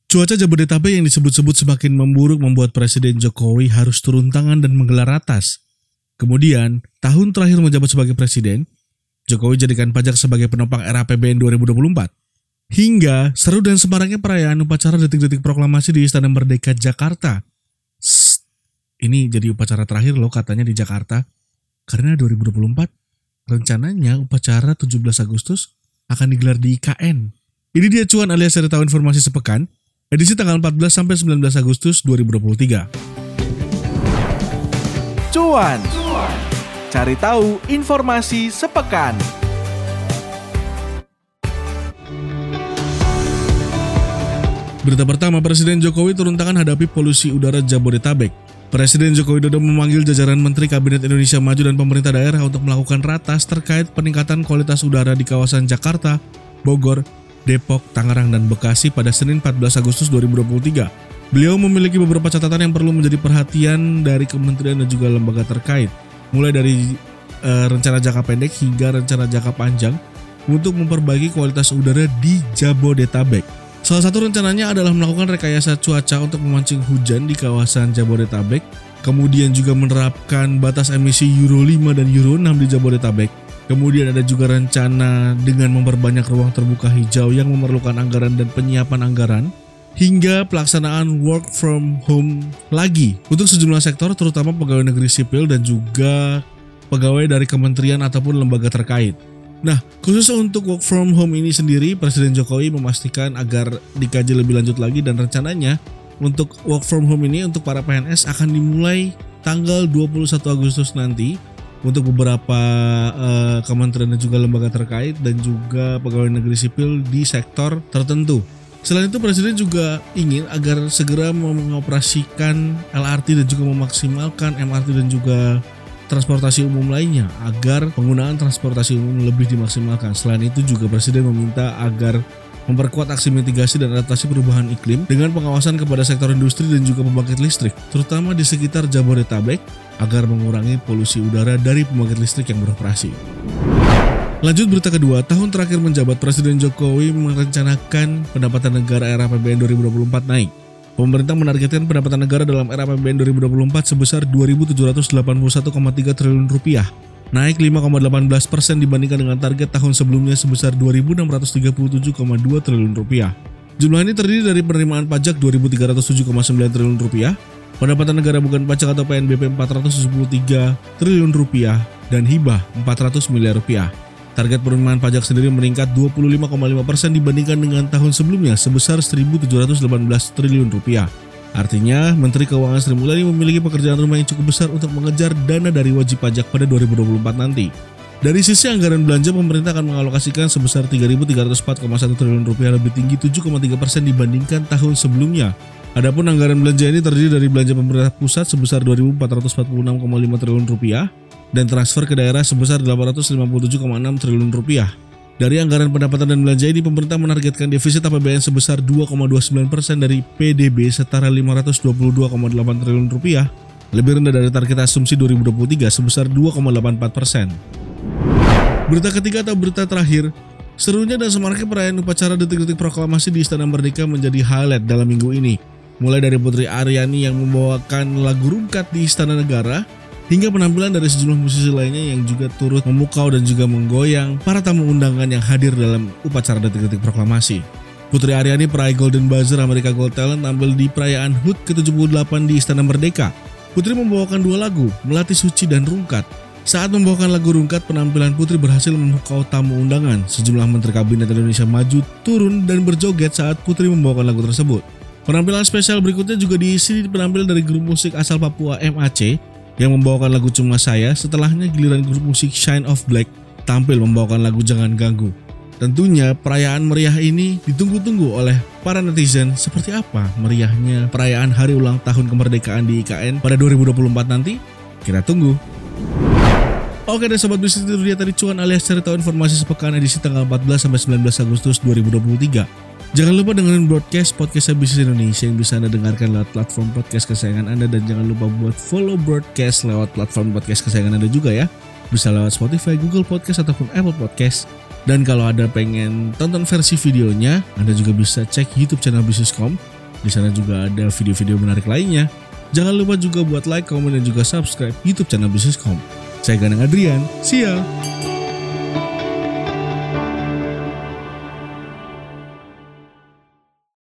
Cuaca Jabodetabek yang disebut-sebut semakin memburuk membuat Presiden Jokowi harus turun tangan dan menggelar ratas. Kemudian, tahun terakhir menjabat sebagai presiden, Jokowi jadikan pajak sebagai penopang era APBN 2024. Hingga seru dan semaraknya perayaan upacara detik-detik proklamasi di Istana Merdeka Jakarta. Ini jadi upacara terakhir loh katanya di Jakarta. Karena 2024 rencananya upacara 17 Agustus akan digelar di IKN. Ini dia cuan alias cerita informasi sepekan. Edisi tanggal 14 sampai 19 Agustus 2023. Cuan. Cari tahu informasi sepekan. Berita pertama, Presiden Jokowi turun tangan hadapi polusi udara Jabodetabek. Presiden Joko Widodo memanggil jajaran Menteri Kabinet Indonesia Maju dan pemerintah daerah untuk melakukan ratas terkait peningkatan kualitas udara di kawasan Jakarta, Bogor, Depok, Tangerang, dan Bekasi pada Senin 14 Agustus 2023. Beliau memiliki beberapa catatan yang perlu menjadi perhatian dari kementerian dan juga lembaga terkait, mulai dari rencana jangka pendek hingga rencana jangka panjang untuk memperbaiki kualitas udara di Jabodetabek. Salah satu rencananya adalah melakukan rekayasa cuaca untuk memancing hujan di kawasan Jabodetabek, kemudian juga menerapkan batas emisi Euro 5 dan Euro 6 di Jabodetabek. Kemudian ada juga rencana dengan memperbanyak ruang terbuka hijau yang memerlukan anggaran dan penyiapan anggaran, hingga pelaksanaan work from home lagi untuk sejumlah sektor terutama pegawai negeri sipil dan juga pegawai dari kementerian ataupun lembaga terkait. Nah, khusus untuk work from home ini sendiri, Presiden Jokowi memastikan agar dikaji lebih lanjut lagi dan rencananya untuk work from home ini untuk para PNS akan dimulai tanggal 21 Agustus nanti untuk beberapa kementerian dan juga lembaga terkait dan juga pegawai negeri sipil di sektor tertentu. Selain itu, Presiden juga ingin agar segera mengoperasikan LRT dan juga memaksimalkan MRT dan juga transportasi umum lainnya agar penggunaan transportasi umum lebih dimaksimalkan. Selain itu juga Presiden meminta agar memperkuat aksi mitigasi dan adaptasi perubahan iklim dengan pengawasan kepada sektor industri dan juga pembangkit listrik, terutama di sekitar Jabodetabek agar mengurangi polusi udara dari pembangkit listrik yang beroperasi. Lanjut berita kedua, tahun terakhir menjabat Presiden Jokowi merencanakan pendapatan negara era APBN 2024 naik. Pemerintah menargetkan pendapatan negara dalam era APBN 2024 sebesar Rp2.781,3 triliun, naik 5,18% dibandingkan dengan target tahun sebelumnya sebesar Rp2.637,2 triliun. Jumlah ini terdiri dari penerimaan pajak Rp2.307,9 triliun, pendapatan negara bukan pajak atau PNBP Rp473 triliun, dan hibah Rp400 miliar. Target penerimaan pajak sendiri meningkat 25,5% dibandingkan dengan tahun sebelumnya sebesar Rp1.718 triliun. Artinya, Menteri Keuangan Sri Mulyani memiliki pekerjaan rumah yang cukup besar untuk mengejar dana dari wajib pajak pada 2024 nanti. Dari sisi anggaran belanja, pemerintah akan mengalokasikan sebesar Rp3.304,1 triliun, lebih tinggi 7,3% dibandingkan tahun sebelumnya. Adapun anggaran belanja ini terdiri dari belanja pemerintah pusat sebesar Rp2.446,5 triliun dan transfer ke daerah sebesar Rp857,6 triliun. Dari anggaran pendapatan dan belanja ini, pemerintah menargetkan defisit APBN sebesar 2,29% dari PDB setara Rp522,8 triliun, lebih rendah dari target asumsi 2023 sebesar 2,84%. Berita ketiga atau berita terakhir, serunya dan semaraknya perayaan upacara detik-detik proklamasi di Istana Merdeka menjadi highlight dalam minggu ini. Mulai dari Putri Aryani yang membawakan lagu rungkat di Istana Negara, hingga penampilan dari sejumlah musisi lainnya yang juga turut memukau dan juga menggoyang para tamu undangan yang hadir dalam upacara detik-detik proklamasi. Putri Aryani peraih Golden Buzzer America Got Talent tampil di perayaan HUT ke-78 di Istana Merdeka. Putri membawakan dua lagu, Melati Suci dan Rungkat. Saat membawakan lagu Rungkat, penampilan Putri berhasil memukau tamu undangan. Sejumlah Menteri Kabinet Indonesia Maju turun dan berjoget saat Putri membawakan lagu tersebut. Penampilan spesial berikutnya juga diisi penampilan dari grup musik asal Papua MAC yang membawakan lagu Cuma Saya. Setelahnya giliran grup musik Shine of Black tampil membawakan lagu Jangan Ganggu. Tentunya perayaan meriah ini ditunggu-tunggu oleh para netizen. Seperti apa meriahnya perayaan hari ulang tahun kemerdekaan di IKN pada 2024 nanti? Kita tunggu. Oke deh sobat bisnis, itu dia tadi cuan alias cari tahu informasi sepekan edisi tanggal 14 sampai 19 Agustus 2023. Jangan lupa dengerin podcast Bisnis Indonesia yang bisa Anda dengarkan lewat platform podcast kesayangan Anda, dan jangan lupa buat follow broadcast lewat platform podcast kesayangan Anda juga ya. Bisa lewat Spotify, Google Podcast ataupun Apple Podcast. Dan kalau Anda pengen tonton versi videonya, Anda juga bisa cek YouTube channel Bisniscom Di sana juga ada video-video menarik lainnya. Jangan lupa juga buat like, komen, dan juga subscribe YouTube channel Bisniscom. Saya Ganang Adrian, see ya!